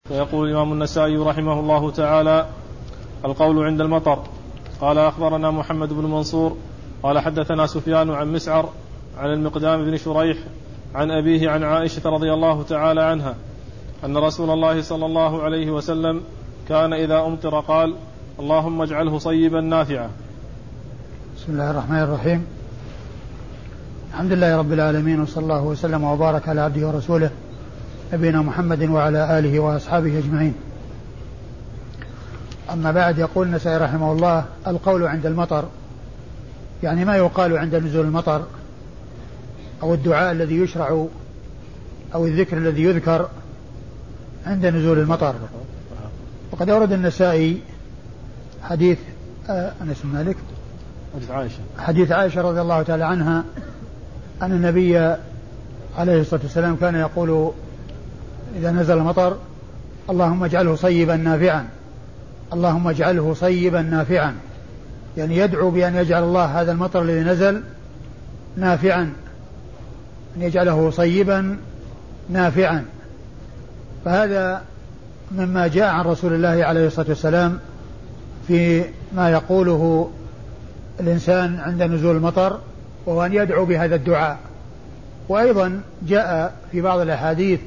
فيقول الإمام النسائي رحمه الله تعالى: القول عند المطر. قال: أخبرنا محمد بن منصور قال حدثنا سفيان عن مسعر عن المقدام بن شريح عن أبيه عن عائشة رضي الله تعالى عنها أن رسول الله صلى الله عليه وسلم كان إذا أمطر قال: اللهم اجعله صيبا نافعا. بسم الله الرحمن الرحيم. الحمد لله رب العالمين، وصلى الله وسلم وبارك على عبده ورسوله نبينا محمد وعلى آله وأصحابه أجمعين. أما بعد، يقول النسائي رحمه الله: القول عند المطر، يعني ما يقال عند نزول المطر، أو الدعاء الذي يشرع أو الذكر الذي يذكر عند نزول المطر. وقد أورد النسائي حديث أنس بن مالك، حديث عائشة رضي الله تعالى عنها أن النبي عليه الصلاة والسلام كان يقول إذا نزل المطر: اللهم اجعله صيبا نافعا، اللهم اجعله صيبا نافعا، يعني يدعو بأن يجعل الله هذا المطر الذي نزل نافعا، أن يجعله صيبا نافعا. فهذا مما جاء عن رسول الله عليه الصلاة والسلام في ما يقوله الإنسان عند نزول المطر، وهو أن يدعو بهذا الدعاء. وأيضا جاء في بعض الأحاديث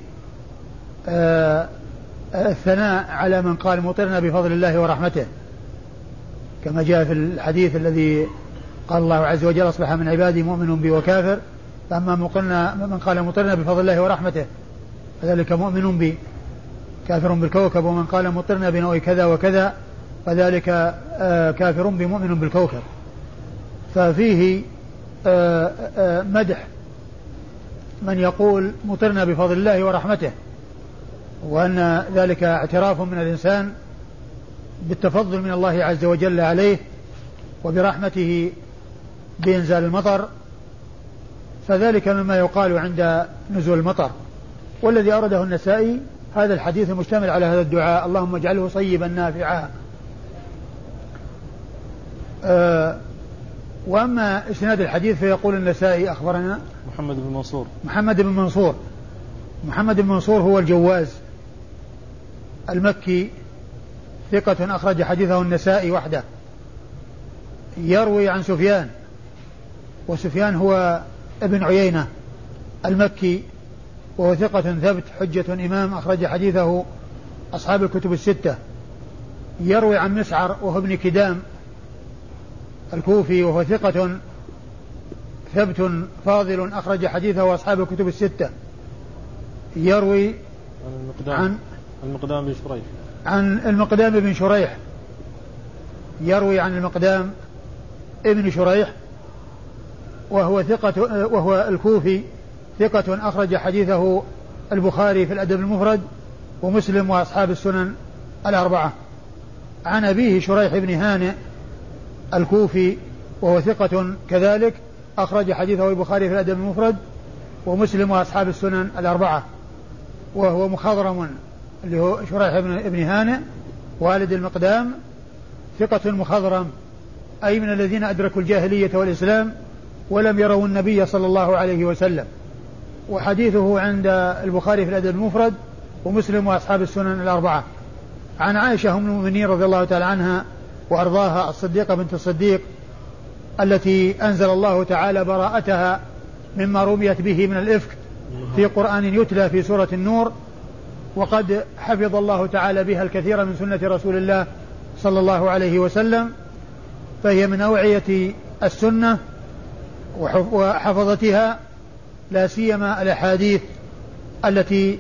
الثناء على من قال: مطرنا بفضل الله ورحمته، كما جاء في الحديث الذي قال الله عز وجل: أصبح من عبادي مؤمن بي وكافر، فأما من قال مطرنا بفضل الله ورحمته فذلك مؤمن بي كافر بالكوكب، ومن قال مطرنا بنوء كذا وكذا فذلك كافر بمؤمن بالكوكب. ففيه مدح من يقول مطرنا بفضل الله ورحمته، وأن ذلك اعتراف من الإنسان بالتفضل من الله عز وجل عليه وبرحمته بإنزال المطر، فذلك مما يقال عند نزول المطر. والذي أورده النسائي هذا الحديث المشتمل على هذا الدعاء: اللهم اجعله صيبا نافعا. وأما إسناد الحديث فيقول النسائي: أخبرنا محمد بن منصور هو الجواز المكي، ثقة أخرج حديثه النسائي وحده، يروي عن سفيان، وسفيان هو ابن عيينة المكي، وهو ثقة ثبت حجة إمام أخرج حديثه أصحاب الكتب الستة. يروي عن مسعر وهو ابن كدام الكوفي، وهو ثقة ثبت فاضل أخرج حديثه أصحاب الكتب الستة. يروي عن المقدام بن شريح، يروي عن المقدام ابن شريح، وهو ثقة، وهو الكوفي، ثقة أخرج حديثه البخاري في الأدب المفرد ومسلم وأصحاب السنن الأربعة. عن أبيه شريح بن هانئ الكوفي، وهو ثقة كذلك أخرج حديثه البخاري في الأدب المفرد ومسلم وأصحاب السنن الأربعة، وهو مخضرم، اللي هو شريح بن هانئ والد المقدام، ثقة مخضرم، أي من الذين أدركوا الجاهلية والإسلام ولم يروا النبي صلى الله عليه وسلم. وحديثه عند البخاري في الأدب المفرد ومسلم وأصحاب السنن الأربعة. عن عائشة أم المؤمنين رضي الله تعالى عنها وأرضاها، الصديقة بنت الصديق، التي أنزل الله تعالى براءتها مما رميت به من الإفك في قرآن يتلى في سورة النور، وقد حفظ الله تعالى بها الكثير من سنة رسول الله صلى الله عليه وسلم، فهي من أوعية السنة وحفظتها، لا سيما الأحاديث التي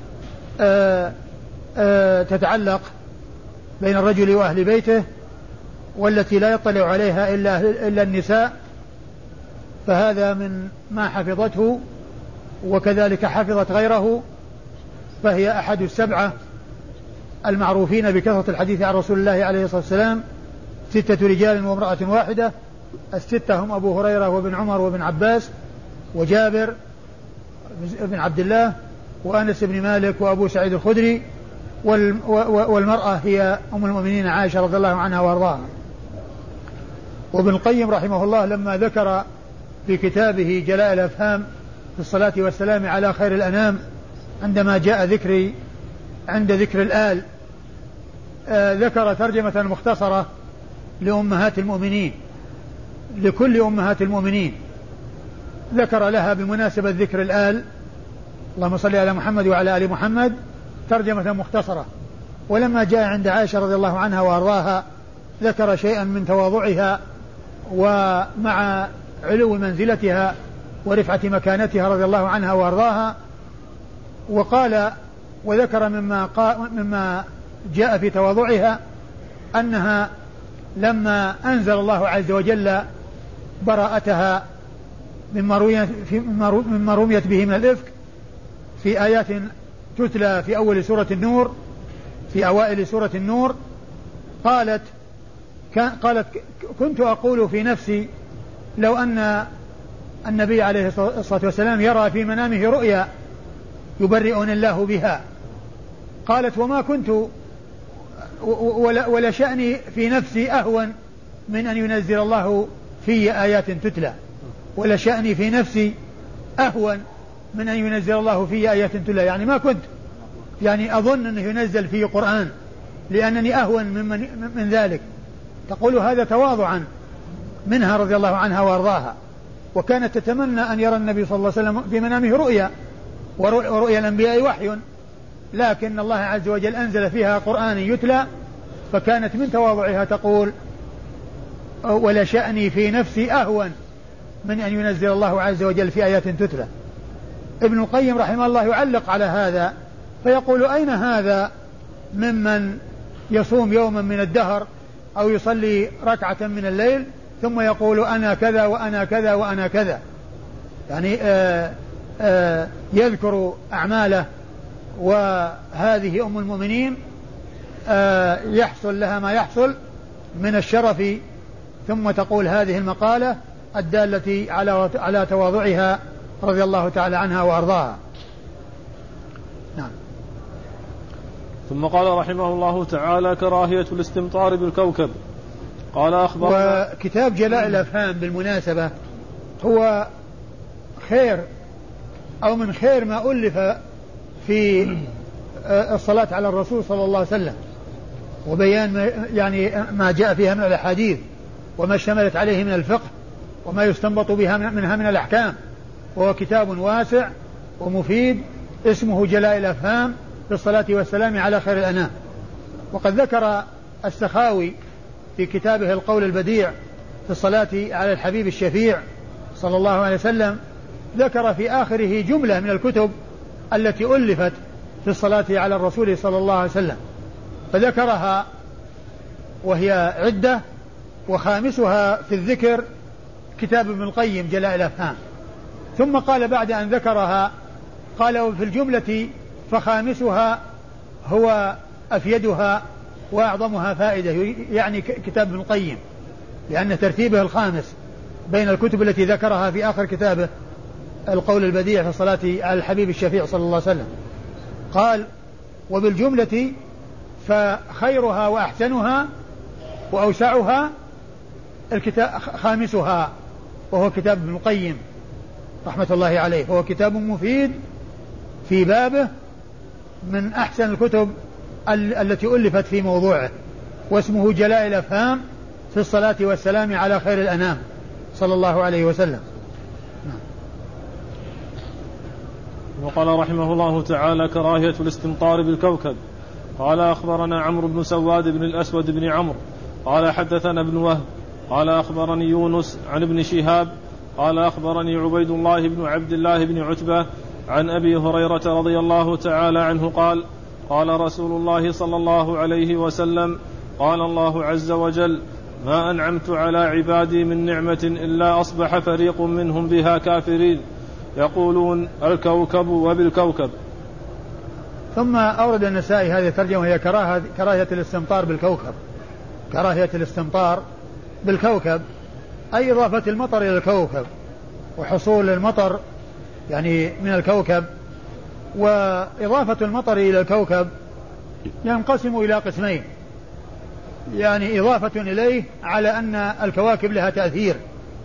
تتعلق بين الرجل وأهل بيته، والتي لا يطلع عليها إلا النساء، فهذا من ما حفظته، وكذلك حفظت غيره، فهي أحد السبعة المعروفين بكثرة الحديث عن رسول الله عليه الصلاة والسلام، 6 رجال وامرأة واحدة. الستة هم أبو هريرة وابن عمر وابن عباس وجابر بن عبد الله وأنس بن مالك وأبو سعيد الخدري، والمرأة هي أم المؤمنين عائشة رضي الله عنها وأرضاها. وابن القيم رحمه الله لما ذكر في كتابه جلاء الأفهام في الصلاة والسلام على خير الأنام، عندما جاء ذكر عند ذكر الآل ذكر ترجمة مختصرة لأمهات المؤمنين، لكل أمهات المؤمنين ذكر لها بمناسبة ذكر الآل، اللهم صل على محمد وعلى آل محمد، ترجمة مختصرة. ولما جاء عند عائشة رضي الله عنها وأرضاها ذكر شيئا من تواضعها ومع علو منزلتها ورفعة مكانتها رضي الله عنها وأرضاها، وقال وذكر مما جاء في تواضعها أنها لما أنزل الله عز وجل براءتها مما رميت به من الإفك في آيات تتلى في أول سورة النور، في أوائل سورة النور، قالت كنت أقول في نفسي لو أن النبي عليه الصلاة والسلام يرى في منامه رؤيا يبرئني الله بها. قالت وما كنت ولا شأني في نفسي أهون من أن ينزل الله في آيات تتلى، ولا شأني في نفسي أهون من أن ينزل الله في آيات تتلى، يعني ما كنت يعني أظن أنه ينزل في قرآن لأنني أهون من ذلك. تقول هذا تواضعا منها رضي الله عنها وارضاها. وكانت تتمنى أن يرى النبي صلى الله عليه وسلم في منامه رؤيا، ورؤيا الأنبياء وحي، لكن الله عز وجل أنزل فيها قرآن يتلى، فكانت من تواضعها تقول ولا شأني في نفسي أهون من أن ينزل الله عز وجل في آيات تتلى. ابن القيم رحمه الله يعلق على هذا فيقول أين هذا ممن يصوم يوما من الدهر أو يصلي ركعة من الليل ثم يقول أنا كذا وأنا كذا وأنا كذا، يعني يذكر أعماله وهذه أم المؤمنين يحصل لها ما يحصل من الشرف، ثم تقول هذه المقالة الدالة على تواضعها رضي الله تعالى عنها وأرضاها. نعم. ثم قال رحمه الله تعالى كراهية الاستمطار بالكوكب. قال أخبرنا. وكتاب جلاء الأفهام بالمناسبة هو خير أو من خير ما ألف في الصلاة على الرسول صلى الله عليه وسلم وبيان يعني ما جاء فيها من الأحاديث وما اشتملت عليه من الفقه وما يستنبط بها منها من الأحكام، وهو كتاب واسع ومفيد اسمه جلاء الأفهام في الصلاة والسلام على خير الأنام. وقد ذكر السخاوي في كتابه القول البديع في الصلاة على الحبيب الشفيع صلى الله عليه وسلم، ذكر في آخره جملة من الكتب التي ألفت في الصلاة على الرسول صلى الله عليه وسلم، فذكرها وهي عدة، وخامسها في الذكر كتاب ابن القيم جلاء الأفهام. ثم قال بعد أن ذكرها قال وفي الجملة فخامسها هو أفيدها وأعظمها فائدة، يعني كتاب ابن القيم، لأن ترتيبه الخامس بين الكتب التي ذكرها في آخر كتابه القول البديع في الصلاة على الحبيب الشفيع صلى الله عليه وسلم. قال وبالجملة فخيرها وأحسنها وأوسعها الكتاب خامسها، وهو كتاب ابن القيم رحمة الله عليه، وهو كتاب مفيد في بابه من أحسن الكتب التي ألفت في موضوعه، واسمه جلاء الأفهام في الصلاة والسلام على خير الأنام صلى الله عليه وسلم. وقال رحمه الله تعالى كراهية الاستمطار بالكوكب. قال أخبرنا عمرو بن سواد بن الأسود بن عمرو قال حدثنا ابن وهب قال أخبرني يونس عن ابن شهاب قال أخبرني عبيد الله بن عبد الله بن عتبة عن أبي هريرة رضي الله تعالى عنه قال قال رسول الله صلى الله عليه وسلم قال الله عز وجل ما أنعمت على عبادي من نعمة إلا أصبح فريق منهم بها كافرين يقولون الكوكب وبالكوكب. ثم أورد النسائي هذه الترجمة هي كراهية الاستمطار بالكوكب. كراهية الاستمطار بالكوكب أي إضافة المطر إلى الكوكب وحصول المطر يعني من الكوكب. وإضافة المطر إلى الكوكب ينقسم إلى قسمين، يعني إضافة إليه على أن الكواكب لها تأثير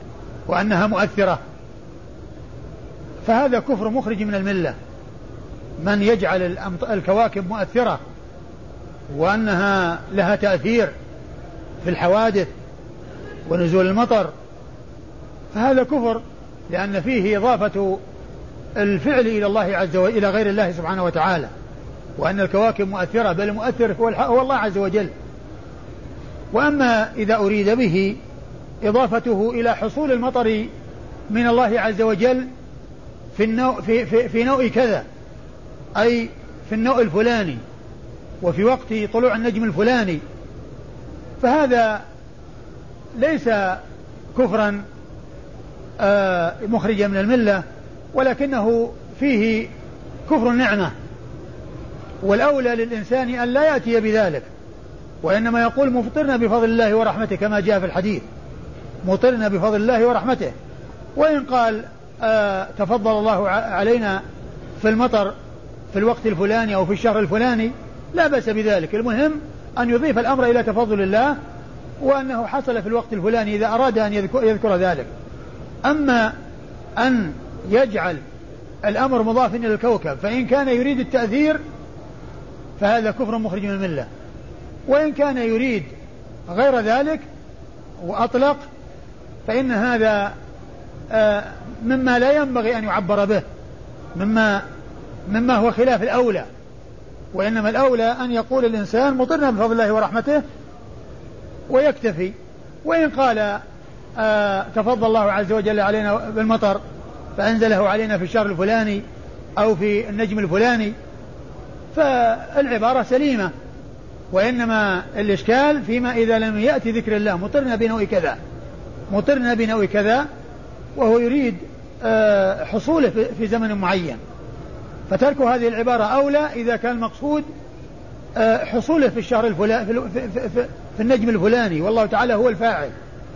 وأنها مؤثرة، فهذا كفر مخرج من الملة، من يجعل الكواكب مؤثرة وأنها لها تأثير في الحوادث ونزول المطر، فهذا كفر، لأن فيه إضافة الفعل إلى الله عز وجل إلى غير الله سبحانه وتعالى، وأن الكواكب مؤثرة، بل المؤثر هو الله عز وجل. وأما إذا أريد به إضافته إلى حصول المطر من الله عز وجل في نوع كذا، أي في النوع الفلاني وفي وقت طلوع النجم الفلاني، فهذا ليس كفرا مخرجا من الملة، ولكنه فيه كفر النعمة. والأولى للإنسان أن لا يأتي بذلك، وإنما يقول مفطرنا بفضل الله ورحمته كما جاء في الحديث، مطرنا بفضل الله ورحمته. وإن قال تفضل الله علينا في المطر في الوقت الفلاني أو في الشهر الفلاني لا بأس بذلك، المهم أن يضيف الأمر إلى تفضل الله وأنه حصل في الوقت الفلاني إذا أراد أن يذكر ذلك. أما أن يجعل الأمر مضافا إلى الكوكب فإن كان يريد التأثير فهذا كفر مخرج من الملة، وإن كان يريد غير ذلك وأطلق فإن هذا مما لا ينبغي أن يعبر به، مما هو خلاف الأولى. وإنما الأولى أن يقول الإنسان مطرنا بفضل الله ورحمته ويكتفي. وإن قال تفضل الله عز وجل علينا بالمطر فأنزله علينا في الشهر الفلاني أو في النجم الفلاني فالعبارة سليمة، وإنما الإشكال فيما إذا لم يأتي ذكر الله مطرنا بنوع كذا، مطرنا بنوع كذا، وهو يريد حصوله في زمن معين، فترك هذه العبارة أولى إذا كان المقصود حصوله في الشهر الفلاني في النجم الفلاني والله تعالى هو الفاعل.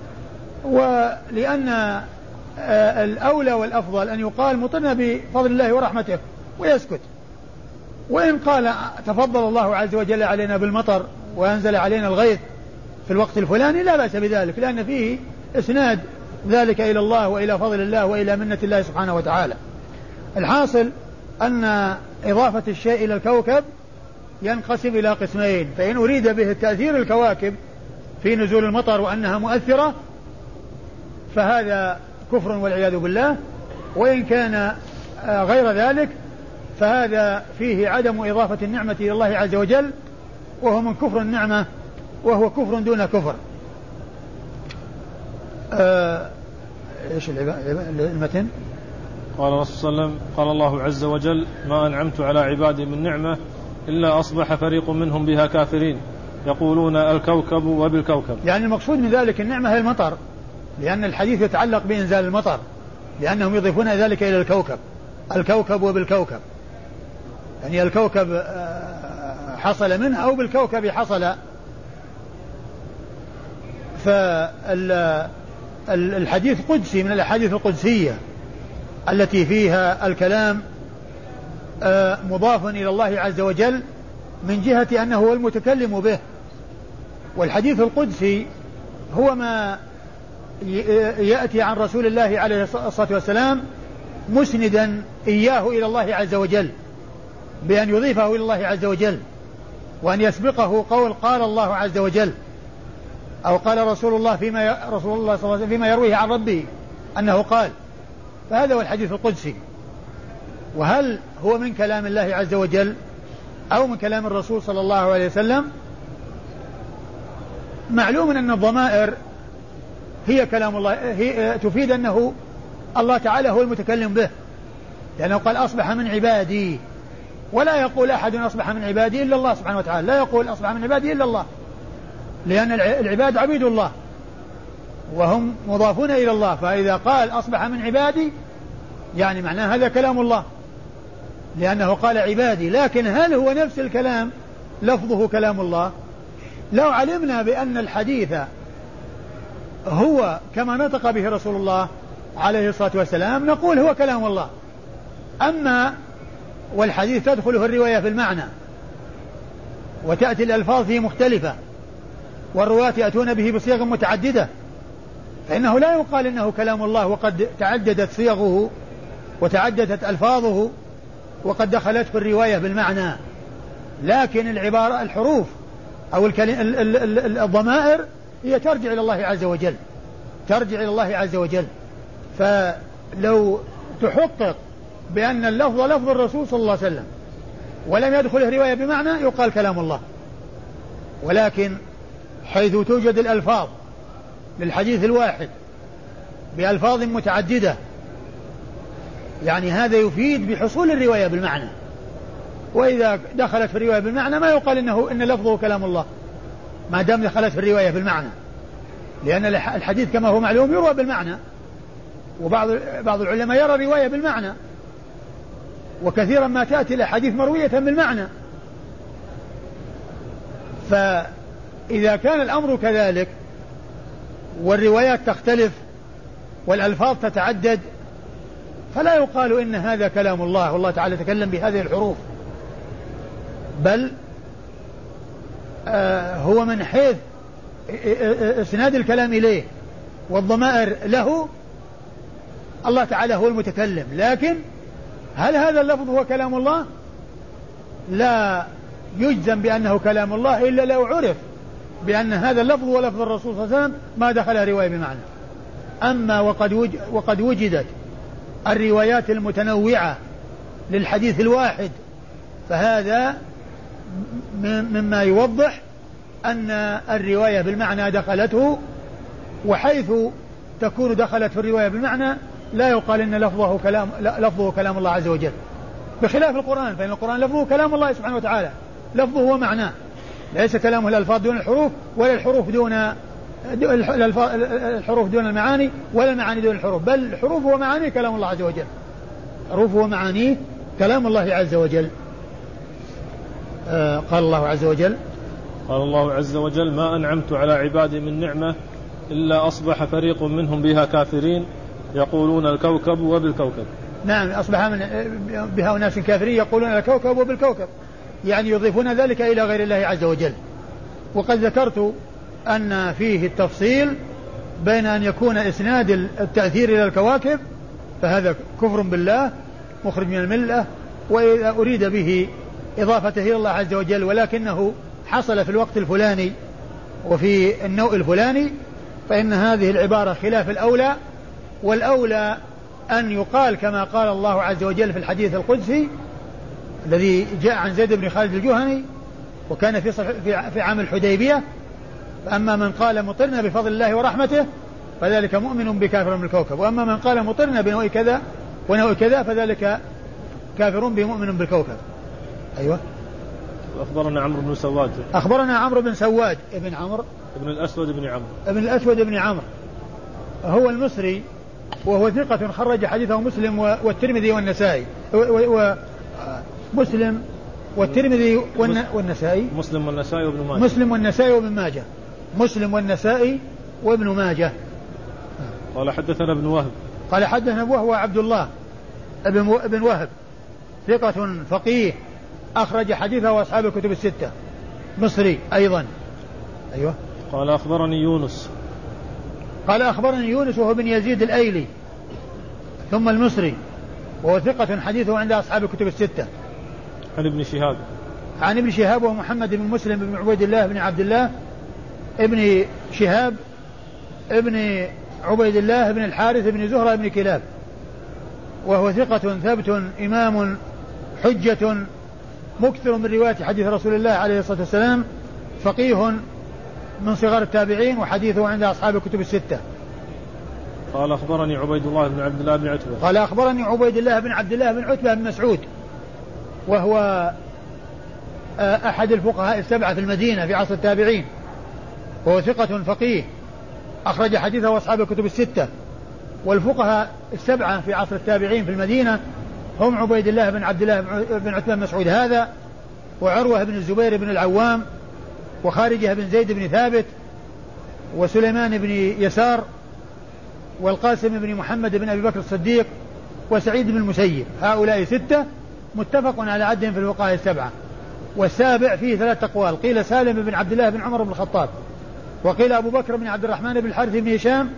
ولأن الأولى والأفضل أن يقال مطرنا بفضل الله ورحمته ويسكت. وإن قال تفضل الله عز وجل علينا بالمطر وأنزل علينا الغيث في الوقت الفلاني لا بأس بذلك، لأن فيه إسناد ذلك إلى الله وإلى فضل الله وإلى منة الله سبحانه وتعالى. الحاصل أن إضافة الشيء إلى الكوكب ينقسم إلى قسمين، فإن أريد به التأثير الكواكب في نزول المطر وأنها مؤثرة فهذا كفر والعياذ بالله، وإن كان غير ذلك فهذا فيه عدم إضافة النعمة إلى الله عز وجل، وهو من كفر النعمة، وهو كفر دون كفر. إيش المتن؟ قال الرسول صلى الله عليه وسلم قال الله عز وجل ما أنعمت على عبادي من نعمة إلا أصبح فريق منهم بها كافرين يقولون الكوكب وبالكوكب. يعني المقصود من ذلك النعمة هي المطر، لأن الحديث يتعلق بإنزال المطر، لأنهم يضيفون ذلك إلى الكوكب، الكوكب وبالكوكب، يعني الكوكب حصل منه أو بالكوكب حصل. فالحديث قدسي من الأحاديث القدسية التي فيها الكلام مضاف إلى الله عز وجل من جهة أنه هو المتكلم به. والحديث القدسي هو ما يأتي عن رسول الله عليه الصلاة والسلام مسندا إياه إلى الله عز وجل بأن يضيفه إلى الله عز وجل، وأن يسبقه قول قال الله عز وجل أو قال رسول الله فيما صلى الله عليه وسلم فيما يرويه عن ربه أنه قال. فهذا هو الحديث القدسي. وهل هو من كلام الله عز وجل أو من كلام الرسول صلى الله عليه وسلم؟ معلوم أن الضمائر هي كلام الله، هي تفيد أنه الله تعالى هو المتكلم به، لأنه قال أصبح من عبادي، ولا يقول أحد أصبح من عبادي إلا الله سبحانه وتعالى، لا يقول أصبح من عبادي إلا الله، لأن العباد عبيد الله وهم مضافون إلى الله. فإذا قال أصبح من عبادي يعني معناه هذا كلام الله، لأنه قال عبادي. لكن هل هو نفس الكلام لفظه كلام الله؟ لو علمنا بأن الحديث هو كما نطق به رسول الله عليه الصلاة والسلام نقول هو كلام الله. أما والحديث تدخله الرواية في المعنى وتأتي الألفاظ فيه مختلفة والرواة يأتون به بصيغ متعددة، فإنه لا يقال إنه كلام الله وقد تعددت صيغه وتعددت ألفاظه وقد دخلت في الرواية بالمعنى، لكن العبارة الحروف أو الضمائر هي ترجع إلى الله عز وجل، ترجع إلى الله عز وجل. فلو تحقق بأن اللفظ لفظ الرسول صلى الله عليه وسلم ولم يدخله رواية بمعنى يقال كلام الله، ولكن حيث توجد الألفاظ للحديث الواحد بألفاظ متعددة يعني هذا يفيد بحصول الرواية بالمعنى، وإذا دخلت في الرواية بالمعنى ما يقال إن لفظه كلام الله ما دام دخلت في الرواية بالمعنى، لأن الحديث كما هو معلوم يروى بالمعنى، وبعض العلماء يرى الرواية بالمعنى، وكثيرا ما تأتي الأحاديث مروية بالمعنى. فإذا كان الأمر كذلك والروايات تختلف والألفاظ تتعدد فلا يقال إن هذا كلام الله والله تعالى تكلم بهذه الحروف، بل هو من حيث اسناد الكلام إليه والضمائر له الله تعالى هو المتكلم، لكن هل هذا اللفظ هو كلام الله؟ لا يجزم بأنه كلام الله إلا لو عرف بأن هذا اللفظ هو لفظ الرسول صلى الله عليه وسلم ما دخلها رواية بمعنى. أما وقد وجدت الروايات المتنوعة للحديث الواحد فهذا مما يوضح أن الرواية بالمعنى دخلته، وحيث تكون دخلت في الرواية بالمعنى لا يقال إن لفظه كلام الله عز وجل، بخلاف القرآن، فإن القرآن لفظه كلام الله سبحانه وتعالى، لفظه هو معناه، ليس كلامه الألفاظ دون الحروف ولا الحروف دون المعاني ولا المعاني دون الحروف، بل الحروف ومعانيه كلام الله عز وجل، حروف ومعانيه كلام الله عز وجل. قال الله عز وجل: قال الله عز وجل: ما أنعمت على عبادي من نعمة إلا أصبح فريق منهم بها كافرين يقولون الكوكب وبالكوكب. نعم، أصبح بها أناس كافرين يقولون الكوكب وبالكوكب، يعني يضيفون ذلك إلى غير الله عز وجل. وقد ذكرت أن فيه التفصيل بين أن يكون إسناد التأثير إلى الكواكب فهذا كفر بالله مخرج من الملة، وإذا أريد به إضافته إلى الله عز وجل ولكنه حصل في الوقت الفلاني وفي النوع الفلاني فإن هذه العبارة خلاف الأولى، والأولى أن يقال كما قال الله عز وجل في الحديث القدسي الذي جاء عن زيد بن خالد الجهني وكان في عام الحديبية: فأما من قال مطرنا بفضل الله ورحمته فذلك مؤمن بكافر بالكوكب، وأما من قال مطرنا بنوع كذا ونوع كذا فذلك كافر بمؤمن بالكوكب. أيوة. أخبرنا عمرو بن سواد. أخبرنا عمرو بن سواد ابن عمرو ابن الأسود بن عمرو. ابن الأسود بن عمرو هو المصري وهو ثقة خرج حديثه مسلم والترمذي والنسائي مسلم والترمذي والنسائي. مسلم والنسائي وابن ماجه. مسلم والنسائي وابن ماجه. مسلم والنسائي وابن ماجه. قال حدثنا ابن وهب. قال حدثنا وهو عبد الله ابن وهب ثقة فقيه أخرج حديثه وأصحاب الكتب الستة، مصري أيضا. أيوة. قال أخبرني يونس. قال أخبرني يونس وهو بن يزيد الأيلي ثم المصري وهو ثقة حديثه عند أصحاب الكتب الستة. عن ابن شهاب. عن ابن شهاب ومحمد بن مسلم بن عبيد الله بن عبد الله ابن شهاب ابن عبيد الله بن الحارث بن زهرة بن كلاب، وهو ثقة ثبت إمام حجة مكثر من رواية حديث رسول الله عليه الصلاة والسلام، فقيه من صغار التابعين وحديثه عند أصحاب الكتب الستة. قال أخبرني عبيد الله بن عبد الله بن عتبة. قال أخبرني عبيد الله بن عبد الله بن عتبة بن مسعود وهو أحد الفقهاء السبعة في المدينة في عصر التابعين، وهو ثقة فقيه أخرج حديثه وأصحاب الكتب الستة. والفقهاء السبعة في عصر التابعين في المدينة هم عبيد الله بن عبد الله بن عتبة بن مسعود هذا، وعروة بن الزبير بن العوام، وخارجة بن زيد بن ثابت، وسليمان بن يسار، والقاسم بن محمد بن أبي بكر الصديق، وسعيد بن المسيب. هؤلاء ستة متفق على عدهم في الفقهاء السبعة. والسابع فيه ثلاث أقوال، قيل سالم بن عبد الله بن عمر بن الخطاب، وقيل أبو بكر بن عبد الرحمن بن الحارث بن هشام،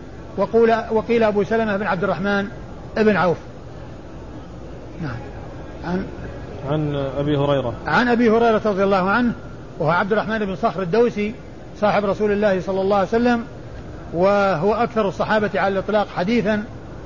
وقيل أبو سلمة بن عبد الرحمن بن عوف. نعم. عن أبي هريرة. عن أبي هريرة رضي الله عنه وهو عبد الرحمن بن صخر الدوسي صاحب رسول الله صلى الله عليه وسلم، وهو أكثر الصحابة على الإطلاق حديثا.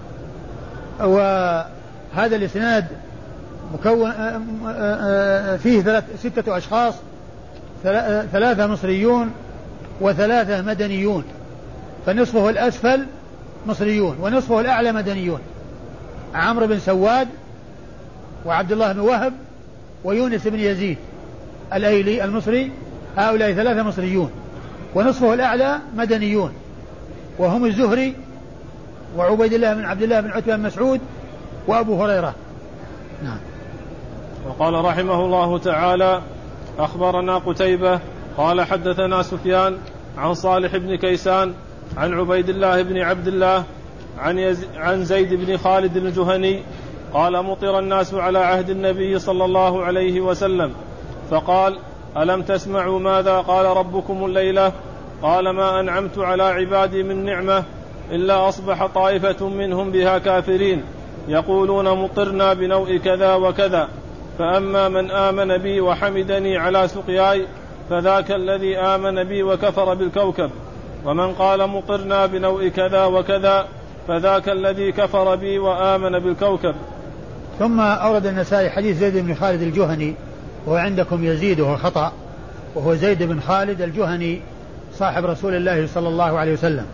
وهذا الإسناد مكون فيه 6 أشخاص، 3 مصريون و3 مدنيون، فنصفه الأسفل مصريون ونصفه الأعلى مدنيون، عمرو بن سواد وعبد الله بن وهب ويونس بن يزيد الأيلي المصري، هؤلاء 3 مصريون، ونصفه الأعلى مدنيون، وهم الزهري وعبيد الله بن عبد الله بن عتبة بن مسعود وأبو هريرة. نعم. وقال رحمه الله تعالى: أخبرنا قتيبة قال حدثنا سفيان عن صالح بن كيسان عن عبيد الله بن عبد الله عن زيد بن خالد الجهني قال: مطر الناس على عهد النبي صلى الله عليه وسلم، فقال: ألم تسمعوا ماذا قال ربكم الليلة؟ قال: ما أنعمت على عبادي من نعمة إلا أصبح طائفة منهم بها كافرين يقولون مطرنا بنوء كذا وكذا، فأما من آمن بي وحمدني على سقياي فذاك الذي آمن بي وكفر بالكوكب، ومن قال مطرنا بنوء كذا وكذا فذاك الذي كفر بي وآمن بالكوكب. ثم أورد النسائي حديث زيد بن خالد الجهني، وعندكم يزيد وهو خطأ، وهو زيد بن خالد الجهني صاحب رسول الله صلى الله عليه وسلم،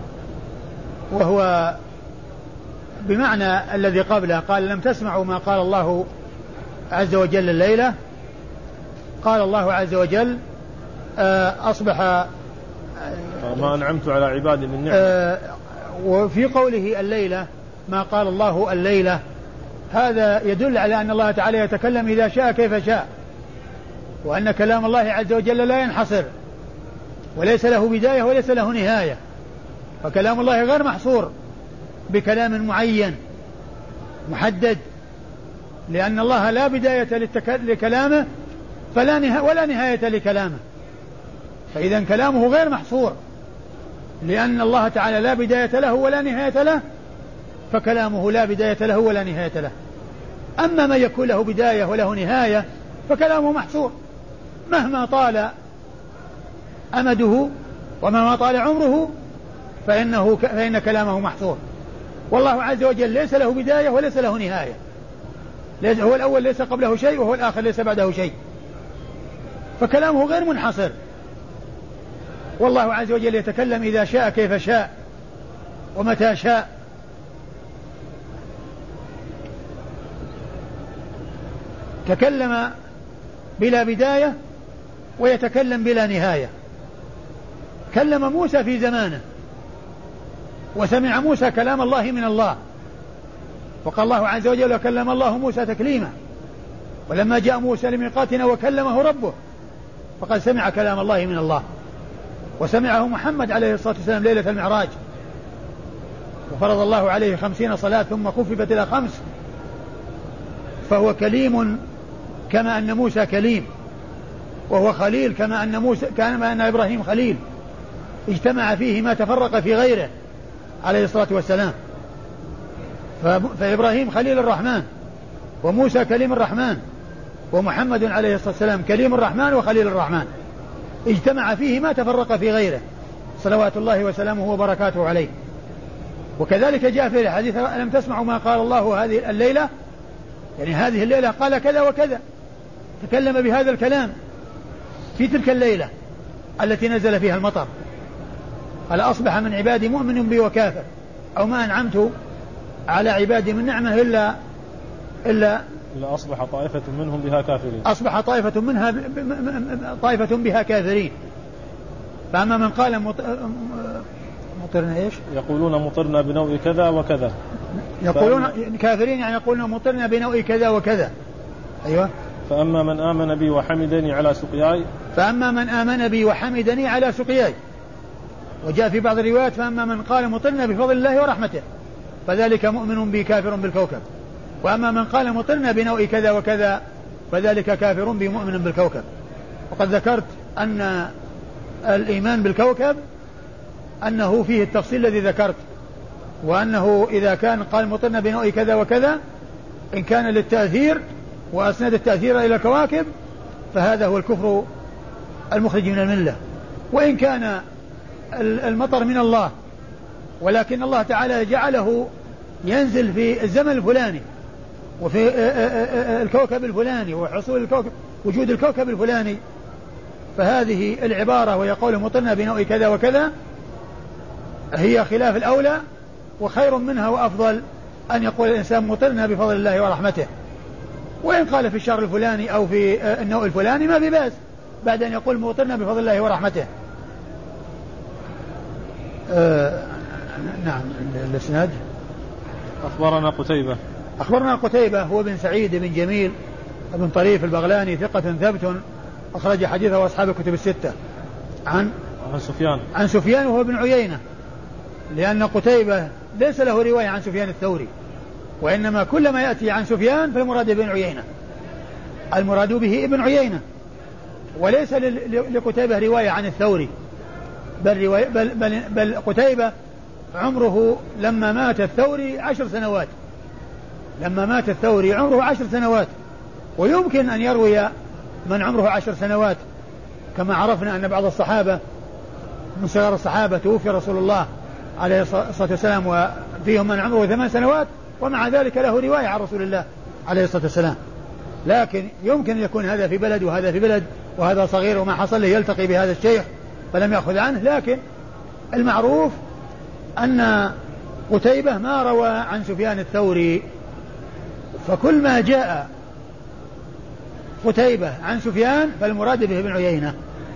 وهو بمعنى الذي قبله. قال: لم تسمعوا ما قال الله عز وجل الليلة. قال الله عز وجل: أصبح ما أنعمت على عبادي من نعمة. وفي قوله الليلة ما قال الله الليلة، هذا يدل على أن الله تعالى يتكلم إذا شاء كيف شاء، وأن كلام الله عز وجل لا ينحصر وليس له بداية وليس له نهاية، فكلام الله غير محصور بكلام معين محدد، لأن الله لا بداية لكلامه ولا نهاية لكلامه، فإذا كلامه غير محصور لأن الله تعالى لا بداية له ولا نهاية له، فكلامه لا بداية له ولا نهاية له. أما ما يكون له بداية وله نهاية فكلامه محصور، مهما طال أمده ومهما طال عمره فإن كلامه محصور. والله عز وجل ليس له بداية وليس له نهاية، هو الأول ليس قبله شيء وهو الآخر ليس بعده شيء، فكلامه غير منحصر. والله عز وجل يتكلم إذا شاء كيف شاء ومتى شاء. تكلم بلا بداية ويتكلم بلا نهاية. كلم موسى في زمانه وسمع موسى كلام الله من الله، وقال الله عز وجل: وكلم الله موسى تكليما، ولما جاء موسى لميقاتنا وكلمه ربه فقد سمع كلام الله من الله، وسمعه محمد عليه الصلاة والسلام ليلة المعراج، وفرض الله عليه 50 صلاة ثم خففت إلى 5، فهو كليم كما أن موسى كليم، وهو خليل كما أن إبراهيم خليل، اجتمع فيه ما تفرق في غيره عليه الصلاة والسلام. فإبراهيم خليل الرحمن، وموسى كليم الرحمن، ومحمد عليه الصلاة والسلام كليم الرحمن وخليل الرحمن، اجتمع فيه ما تفرق في غيره صلوات الله وسلامه وبركاته عليه. وكذلك جاء في الحديث: ألم تسمعوا ما قال الله هذه الليلة، يعني هذه الليلة قال كذا وكذا، تكلم بهذا الكلام في تلك الليلة التي نزل فيها المطر. قال: أصبح من عبادي مؤمن بي وكافر، أو ما أنعمت على عبادي من نعمة إلا أصبح طائفة منهم بها كافرين. أصبح طائفة بها كافرين. فأما من قال مطرنا إيش؟ يقولون مطرنا بنوء كذا وكذا. يقولون كافرين يعني يقولون مطرنا بنوء كذا وكذا. أيوة. فأما من آمن بي وحمدني على سقياي. فأما من آمن بي وحمدني على سقياي. وجاء في بعض الروايات: فأما من قال مطرنا بفضل الله ورحمته فذلك مؤمن بي كافر بالكوكب. وأما من قال مطرنا بنوء كذا وكذا فذلك كافر بي مؤمن بالكوكب. وقد ذكرت أن الإيمان بالكوكب أنه فيه التفصيل الذي ذكرت، وأنه إذا كان قال مطرنا بنوء كذا وكذا إن كان للتأثير وأسند التأثير إلى الكواكب فهذا هو الكفر المخرج من الملة. وإن كان المطر من الله ولكن الله تعالى جعله ينزل في الزمن الفلاني وفي الكوكب الفلاني وحصول الكوكب وجود الكوكب الفلاني، فهذه العبارة ويقول مطرنا بنوء كذا وكذا هي خلاف الأولى، وخير منها وأفضل أن يقول الإنسان مطرنا بفضل الله ورحمته. وإن قال في الشهر الفلاني أو في النوء الفلاني ما بباس بعد أن يقول مطرنا بفضل الله ورحمته. نعم. الإسناد أخبرنا قتيبة هو بن سعيد بن جميل بن طريف البغلاني ثقة ثبت أخرج حديثه أصحاب الكتب الستة. عن سفيان وهو بن عيينة، لأن قتيبة ليس له رواية عن سفيان الثوري، وإنما كل ما يأتي عن سفيان فالمراد بن عيينة، المراد به ابن عيينة، وليس لقتيبة رواية عن الثوري، بل قتيبة عمره لما مات الثوري 10 سنوات، لما مات الثوري عمره 10 سنوات، ويمكن أن يروي من عمره 10 سنوات، كما عرفنا أن بعض الصحابة من صغار الصحابة توفي رسول الله عليه الصلاة والسلام وفيهم من عمره 8 سنوات ومع ذلك له رواية عن رسول الله عليه الصلاة والسلام. لكن يمكن أن يكون هذا في بلد وهذا في بلد وهذا صغير وما حصل له يلتقي بهذا الشيخ فلم يأخذ عنه، لكن المعروف أن قتيبة ما روى عن سفيان الثوري، فكل ما جاء قتيبة عن سفيان فالمراد به ابن عيينة،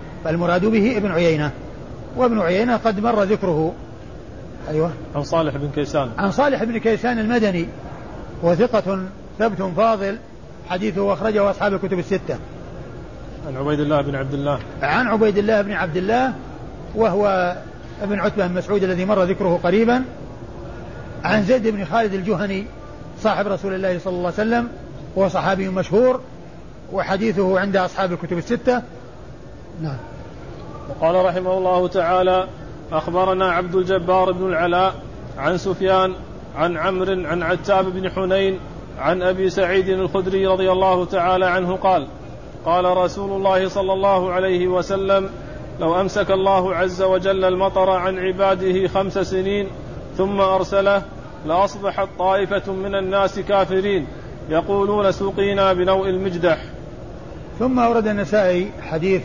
وابن عيينة قد مر ذكره. أيوة. عن صالح بن كيسان المدني وثقة ثبت فاضل حديثه أخرجه أصحاب الكتب الستة. عن عبيد الله بن عبد الله وهو ابن عتبة بن مسعود الذي مر ذكره قريبا. عن زيد بن خالد الجهني صاحب رسول الله صلى الله عليه وسلم وهو صحابي مشهور وحديثه عند أصحاب الكتب الستة. نعم. وقال رحمه الله تعالى: أخبرنا عبد الجبار بن العلاء عن سفيان عن عمرو عن عتاب بن حنين عن أبي سعيد الخدري رضي الله تعالى عنه قال: قال رسول الله صلى الله عليه وسلم: لو أمسك الله عز وجل المطر عن عباده 5 سنين ثم أرسله لأصبحت طائفة من الناس كافرين يقولون سقينا بنوء المجدح. ثم أورد النسائي حديث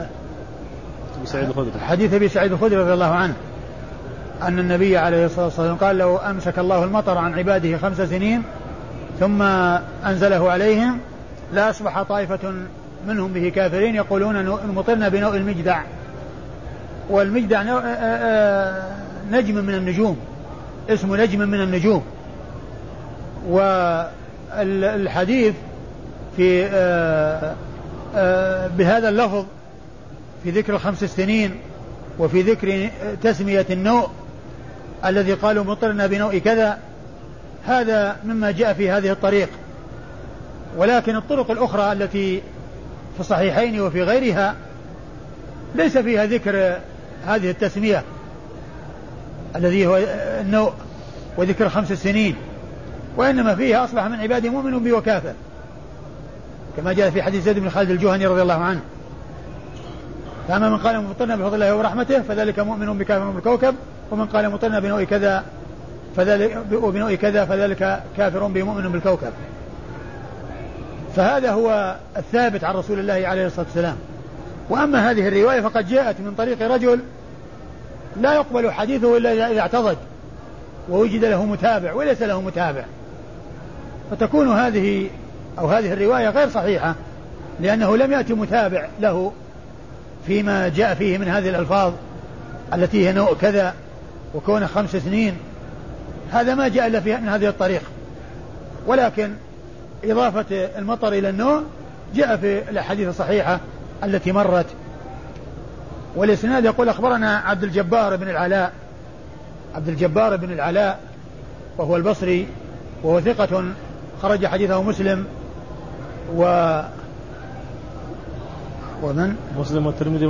أبي سعيد الخدري رضي الله عنه أن النبي عليه الصلاة والسلام قال: لو أمسك الله المطر عن عباده 5 سنين ثم أنزله عليهم لا أصبح طائفة منهم به كافرين يقولون مطرنا بنوء المجدع. والمجدع نجم من النجوم، اسمه نجم من النجوم. والحديث في بهذا اللفظ في ذكر 5 سنين وفي ذكر تسمية النوء الذي قالوا مطرنا بنوء كذا، هذا مما جاء في هذه الطريق. ولكن الطرق الأخرى التي في الصحيحين وفي غيرها ليس فيها ذكر هذه التسمية الذي هو النوء وذكر 5 سنين، وإنما فيها أصبح من عباده مؤمن بي وكافر، كما جاء في حديث زيد بن خالد الجهني رضي الله عنه: فأما من قال مطرنا بفضل الله ورحمته فذلك مؤمن بكافر بالكوكب، ومن قال مطرنا بنوء كذا فذلك كافر بمؤمن بالكوكب. فهذا هو الثابت عن رسول الله عليه الصلاة والسلام. وأما هذه الرواية فقد جاءت من طريق رجل لا يقبل حديثه إلا إذا اعتضد ووجد له متابع وليس له متابع، فتكون هذه الرواية غير صحيحة، لأنه لم يأتي متابع له فيما جاء فيه من هذه الألفاظ التي هي نوع كذا وكون 5 سنين، هذا ما جاء إلا من هذه الطريق. ولكن إضافة المطر إلى النوع جاء في الأحاديث الصحيحة التي مرت. والإسناد يقول: أخبرنا عبد الجبار بن العلاء وهو البصري وهو ثقة خرج حديثه مسلم ومن؟ مسلم والترمذي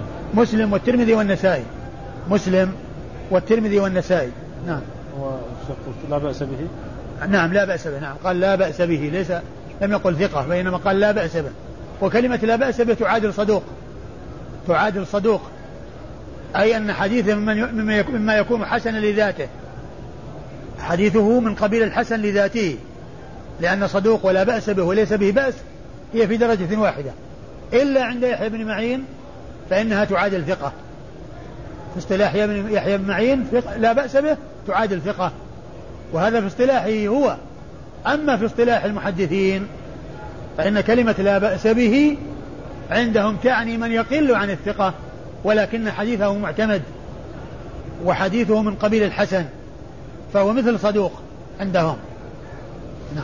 والنسائي. نعم. لا بأس به. نعم لا بأس به. نعم قال لا بأس به، ليس لم يقل ثقة، بينما قال لا بأس به. وكلمة لا بأس به تعادل صدوق، أي أن حديثه مما يكون حسنا لذاته، حديثه من قبيل الحسن لذاته، لأن صدوق ولا بأس به وليس به بأس هي في درجة واحدة، إلا عند يحيى بن معين فإنها تعادل ثقة. في اصطلاح يحيى بن معين لا بأس به تعادل ثقة، وهذا في اصطلاحه هو. أما في اصطلاح المحدثين فإن كلمة لا بأس به عندهم تعني من يقل عن الثقة، ولكن حديثه معتمد وحديثه من قبيل الحسن، فهو مثل صدوق عندهم. نعم.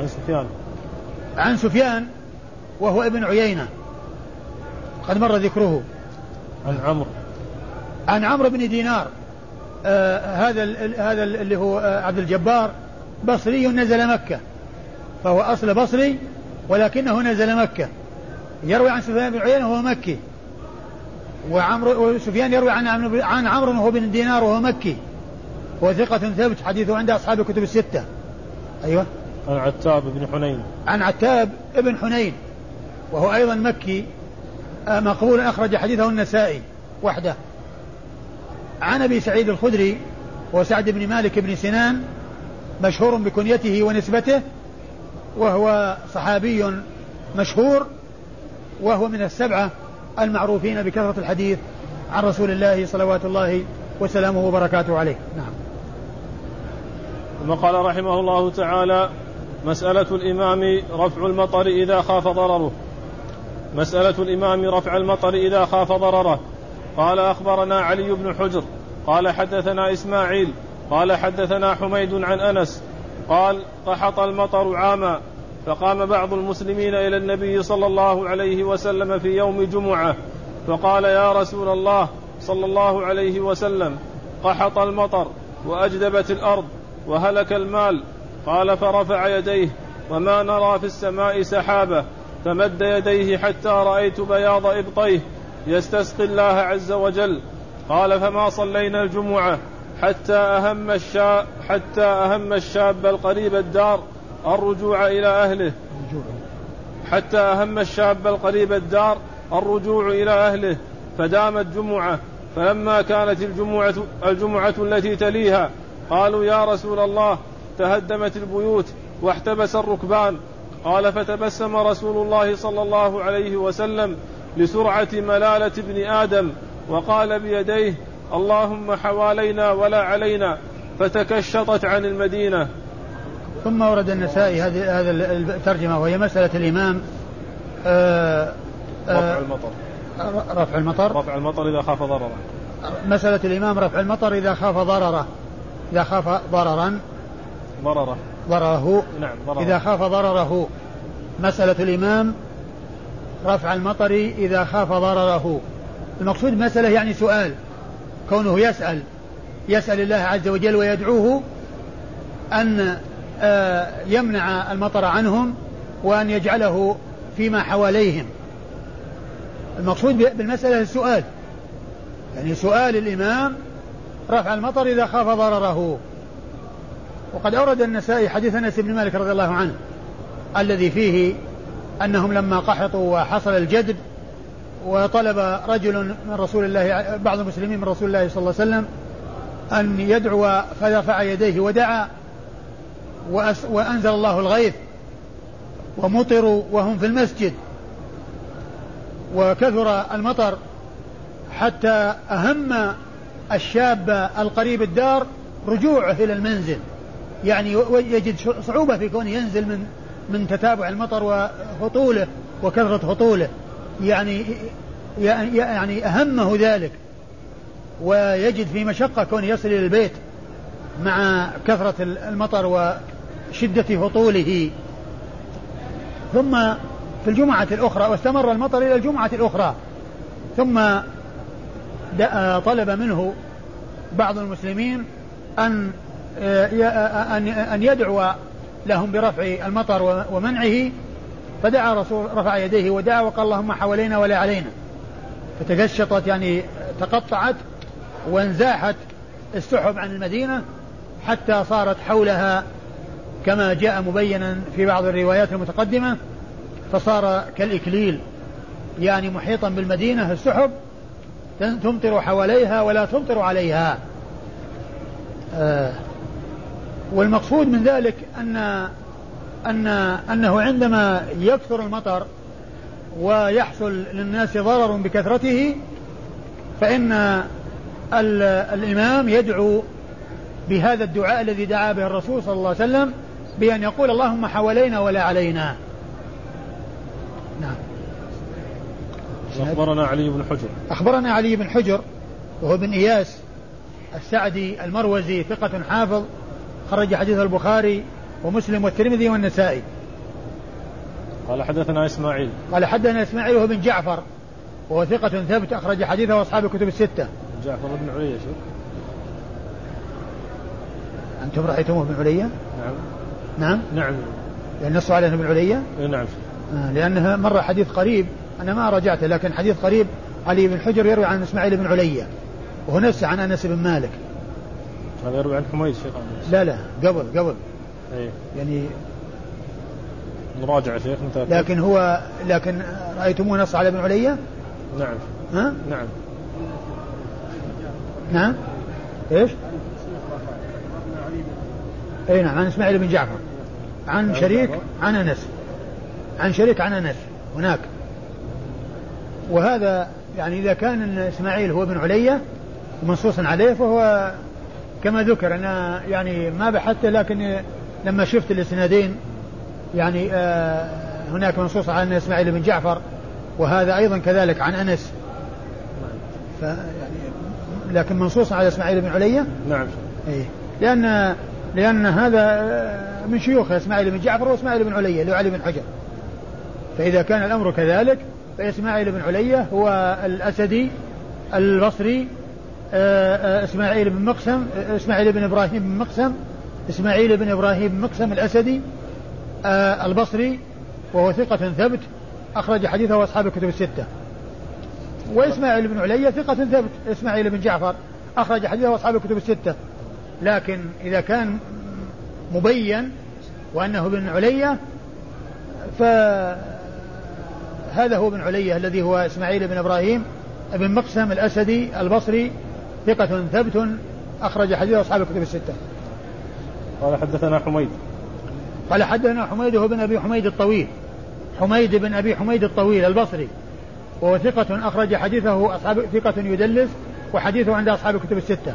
عن سفيان وهو ابن عيينة قد مر ذكره. عن عمرو بن دينار، هذا اللي هو عبد الجبار بصري نزل مكة، فهو أصل بصري ولكنه نزل مكة. يروي عن سفيان بن عيينة وهو مكي، وسفيان يروي عن عمرو وهو بن دينار وهو مكي، هو ثقة ثبت، حديثه عند أصحاب الكتب الستة. أيوة. عن عتاب بن حنين. عن عتاب بن حنين وهو أيضا مكي مقبول، أخرج حديثه النسائي وحده. عن أبي سعيد الخدري وسعد بن مالك بن سنان مشهور بكنيته ونسبته، وهو صحابي مشهور، وهو من السبعة المعروفين بكثرة الحديث عن رسول الله صلوات الله وسلامه وبركاته عليه. نعم. ثم قال رحمه الله تعالى: مسألة الإمام رفع المطر إذا خاف ضرره. مسألة الإمام رفع المطر إذا خاف ضرره. قال: أخبرنا علي بن حجر قال حدثنا إسماعيل قال حدثنا حميد عن أنس قال: قحط المطر عاما، فقام بعض المسلمين إلى النبي صلى الله عليه وسلم في يوم جمعة فقال: يا رسول الله صلى الله عليه وسلم، قحط المطر وأجدبت الأرض وهلك المال. قال: فرفع يديه وما نرى في السماء سحابة، فمد يديه حتى رأيت بياض إبطيه يستسقي الله عز وجل. قال: فما صلينا الجمعة حتى أهم الشاب القريب الدار الرجوع إلى أهله فدامت جمعة. فلما كانت الجمعة التي تليها قالوا: يا رسول الله، تهدمت البيوت واحتبس الركبان. قال: فتبسم رسول الله صلى الله عليه وسلم لسرعة ملالة ابن آدم وقال بيديه: اللهم حوالينا ولا علينا، فتكشطت عن المدينة. ثم ورد النسائي هذا الترجمة، وهي مسألة الإمام رفع المطر إذا خاف ضرره. مسألة الإمام رفع المطر إذا خاف ضرره. نعم. إذا خاف ضرره. مسألة الإمام رفع المطر إذا خاف ضرره. المقصود مسألة يعني سؤال، كونه يسأل الله عز وجل ويدعوه أن يمنع المطر عنهم وأن يجعله فيما حواليهم. المقصود بالمسألة السؤال، يعني سؤال الإمام رفع المطر إذا خاف ضرره. وقد أورد النسائي حديث أنس بن مالك رضي الله عنه الذي فيه أنهم لما قحطوا وحصل الجدب وطلب رجل من رسول الله، بعض المسلمين من رسول الله صلى الله عليه وسلم، أن يدعو، فرفع يديه ودعا وأنزل الله الغيث ومطروا وهم في المسجد وكثر المطر حتى أهم الشاب القريب الدار رجوعه إلى المنزل، يعني يجد صعوبة في كونه ينزل من تتابع المطر وهطوله وكثرة هطوله، يعني أهمه ذلك، ويجد في مشقة كونه يصل إلى البيت مع كثرة المطر وشدة هطوله. ثم في الجمعة الأخرى، واستمر المطر إلى الجمعة الأخرى، ثم طلب منه بعض المسلمين أن يدعو لهم برفع المطر ومنعه، فدعا رسول، رفع يديه ودعا وقال: اللهم حوالينا ولا علينا. فتكشطت، يعني تقطعت وانزاحت السحب عن المدينة حتى صارت حولها كما جاء مبينا في بعض الروايات المتقدمة، فصار كالإكليل، يعني محيطا بالمدينة السحب تمطر حواليها ولا تمطر عليها. والمقصود من ذلك أنه عندما يكثر المطر ويحصل للناس ضرر بكثرته، فإن الإمام يدعو بهذا الدعاء الذي دعا به الرسول صلى الله عليه وسلم، بأن يقول اللهم حوالينا ولا علينا. نعم. أخبرنا علي بن حجر. أخبرنا علي بن حجر وهو بن إياس السعدي المروزي، ثقة حافظ، خرج حديث البخاري ومسلم والترمذي والنسائي. قال حدثنا إسماعيل. قال حدثنا إسماعيل وهو بن جعفر وهو ثقة ثبت، أخرج حديثه أصحاب الكتب الستة. جعفر بن علية. أنتم رأيتموه بن علية؟ نعم. نعم. نعم. يعني نص عليه بن علية؟ نعم. لأنها مرة حديث قريب أنا ما رجعته، لكن حديث قريب علي بن حجر يروي عن إسماعيل بن علية وهو نفسه عن أنس بن مالك. هذا يروي عن حميد شيخ. لا قبل أيه. يعني مراجعة شيخ متأكد. لكن رأيتموه نص على ابن علية؟ نعم. ها؟ نعم. نعم. ايش؟ اي نعم، عن اسماعيل بن جعفر عن شريك عن انس، عن شريك عن انس هناك. وهذا يعني اذا كان اسماعيل هو ابن علية منصوصا عليه فهو كما ذكر. انا يعني ما بحثت، لكن لما شفت الاسنادين يعني هناك منصوص عن اسماعيل بن جعفر وهذا ايضا كذلك عن انس، لكن منصوص على اسماعيل بن علية. نعم. إيه. لأن هذا من شيوخ اسماعيل بن جعفر واسماعيل بن علية اللي هو علي بن حجر، فإذا كان الأمر كذلك فإسماعيل بن علية هو الأسدي البصري، إسماعيل بن مقسم، إسماعيل بن إبراهيم بن مقسم، إسماعيل بن إبراهيم بن مقسم الأسدي البصري، وهو ثقة ثبت، أخرج حديثه أصحاب الكتب الستة. وإسماعيل بن علية ثقة ثبت، إسماعيل بن جعفر أخرج حديثه أصحاب الكتب الستة. لكن إذا كان مبين وأنه بن علية فهذا هو بن علية الذي هو إسماعيل بن إبراهيم بن مقسم الأسدي البصري، ثقة ثبت، أخرج حديثه أصحاب الكتب الستة. قال حدثنا حميد. قال حدثنا حميد هو بن أبي حميد الطويل، حميد بن أبي حميد الطويل البصري، وهو ثقة أخرج حديثه أصحاب، ثقة يدلس وحديثه عند أصحاب الكتب الستة.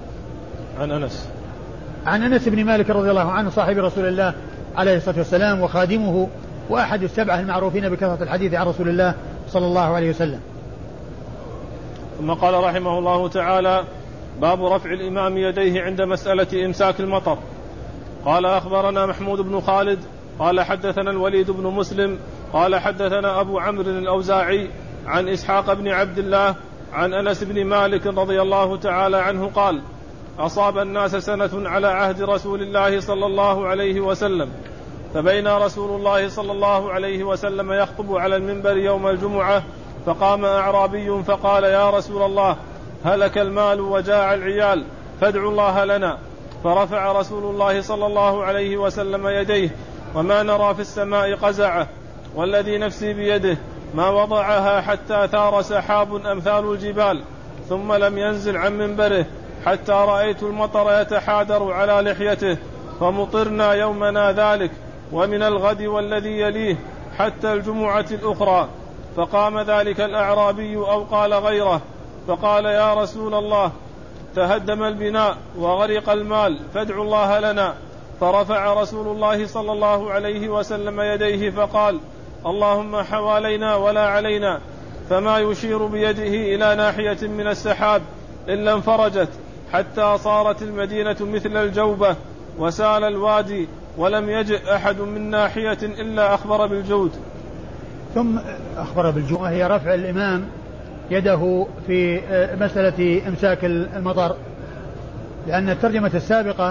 عن أنس بن مالك رضي الله عنه صاحب رسول الله عليه الصلاة والسلام وخادمه وأحد السبعة المعروفين بكثرة الحديث عن رسول الله صلى الله عليه وسلم. ثم قال رحمه الله تعالى: باب رفع الإمام يديه عند مسألة إمساك المطر. قال أخبرنا محمود بن خالد قال حدثنا الوليد بن مسلم قال حدثنا أبو عمرو الأوزاعي عن إسحاق بن عبد الله عن أنس بن مالك رضي الله تعالى عنه قال: أصاب الناس سنة على عهد رسول الله صلى الله عليه وسلم، فبين رسول الله صلى الله عليه وسلم يخطب على المنبر يوم الجمعة، فقام أعرابي فقال: يا رسول الله، هلك المال وجاع العيال، فادعوا الله لنا. فرفع رسول الله صلى الله عليه وسلم يديه، وما نرى في السماء قزعه، والذي نفسي بيده ما وضعها حتى ثار سحاب أمثال الجبال، ثم لم ينزل عن منبره حتى رأيت المطر يتحادر على لحيته، فمطرنا يومنا ذلك ومن الغد والذي يليه حتى الجمعة الأخرى. فقام ذلك الأعرابي أو قال غيره فقال: يا رسول الله، تهدم البناء وغرق المال، فادعوا الله لنا. فرفع رسول الله صلى الله عليه وسلم يديه فقال: اللهم حوالينا ولا علينا. فما يشير بيده إلى ناحية من السحاب إلا انفرجت حتى صارت المدينة مثل الجوبة وسال الوادي، ولم يجئ أحد من ناحية إلا أخبر بالجود. ثم أخبر بالجود هي رفع الإمام يده في مسألة إمساك المطر، لأن الترجمة السابقة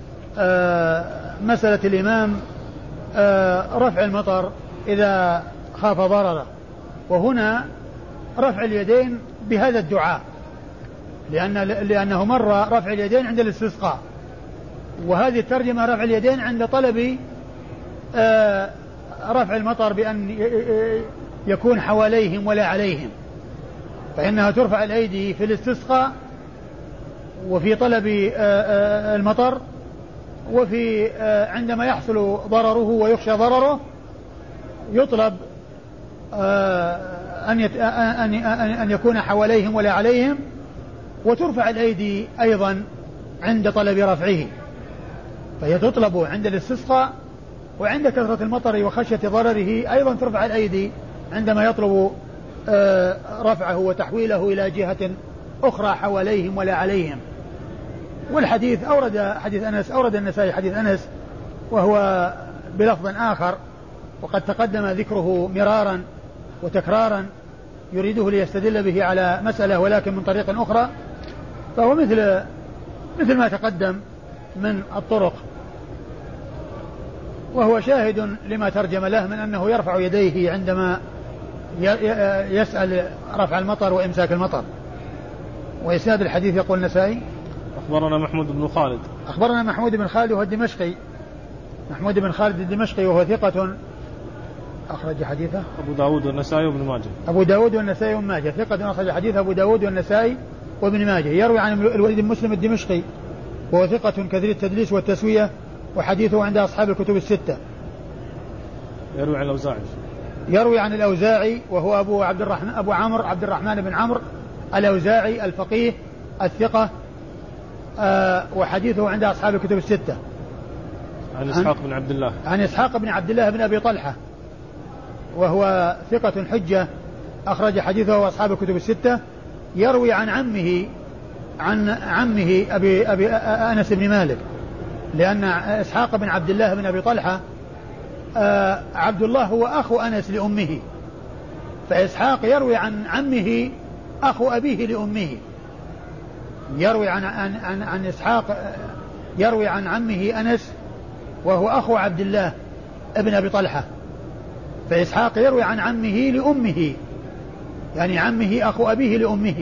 مسألة الإمام رفع المطر إذا خاف ضرره، وهنا رفع اليدين بهذا الدعاء، لأنه مر رفع اليدين عند الاستسقاء، وهذه الترجمة رفع اليدين عند طلب رفع المطر بأن يكون حواليهم ولا عليهم، فإنها ترفع الأيدي في الاستسقاء وفي طلب المطر، وفي عندما يحصل ضرره ويخشى ضرره يطلب أن يكون حواليهم ولا عليهم، وترفع الأيدي أيضا عند طلب رفعه، فهي تطلب عند الاستسقاء وعند كثرة المطر وخشية ضرره أيضا ترفع الأيدي عندما يطلب رفعه وتحويله إلى جهة أخرى حواليهم ولا عليهم. والحديث أورد النسائي حديث أنس وهو بلفظ آخر، وقد تقدم ذكره مرارا وتكرارا يريده ليستدل به على مسألة ولكن من طريق أخرى، فهو مثل ما تقدم من الطرق، وهو شاهد لما ترجم له من أنه يرفع يديه عندما يسأل رفع المطر وإمساك المطر. وإسناد الحديث يقول النسائي أخبرنا محمود بن خالد. أخبرنا محمود بن خالد وهو الدمشقي، محمود بن خالد الدمشقي وهو ثقة أخرج حديثه أبو داود والنسائي وابن ماجه. أبو داود والنسائي وابن ماجه، ثقة أخرج حديث أبو داود والنسائي وابن ماجه. يروي عن الوليد بن مسلم الدمشقي وهو ثقة كثير التدليس والتسوية، وحديثه عند أصحاب الكتب الستة. يروي عن الأوزاعي. يروي عن الأوزاعي وهو أبو عمرو عبد الرحمن بن عمرو الأوزاعي الفقيه الثقة، وحديثه عند أصحاب الكتب الستة. عن إسحاق بن عبد الله. عن إسحاق بن عبد الله بن أبي طلحة وهو ثقة حجة أخرج حديثه أصحاب الكتب الستة. يروي عن عمه أبي أنس بن مالك، لأن إسحاق بن عبد الله بن أبي طلحة عبد الله هو أخو أنس لأمه، فإسحاق يروي عن عمه أخو أبيه لأمه، يروي عن إسحاق يروي عن عمه أنس وهو أخو عبد الله ابن أبي طلحة، فإسحاق يروي عن عمه لأمه، يعني عمه أخو أبيه لأمه.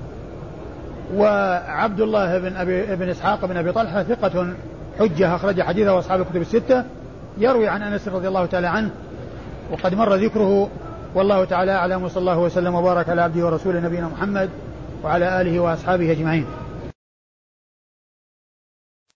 وعبد الله بن إسحاق بن أبي طلحة ثقة حجة أخرج حديثه وأصحاب الكتب الستة. يروي عن أنس رضي الله تعالى عنه وقد مر ذكره، والله تعالى أعلم، وصلى الله وسلم وبارك على عبده ورسوله نبينا محمد وعلى آله وأصحابه أجمعين.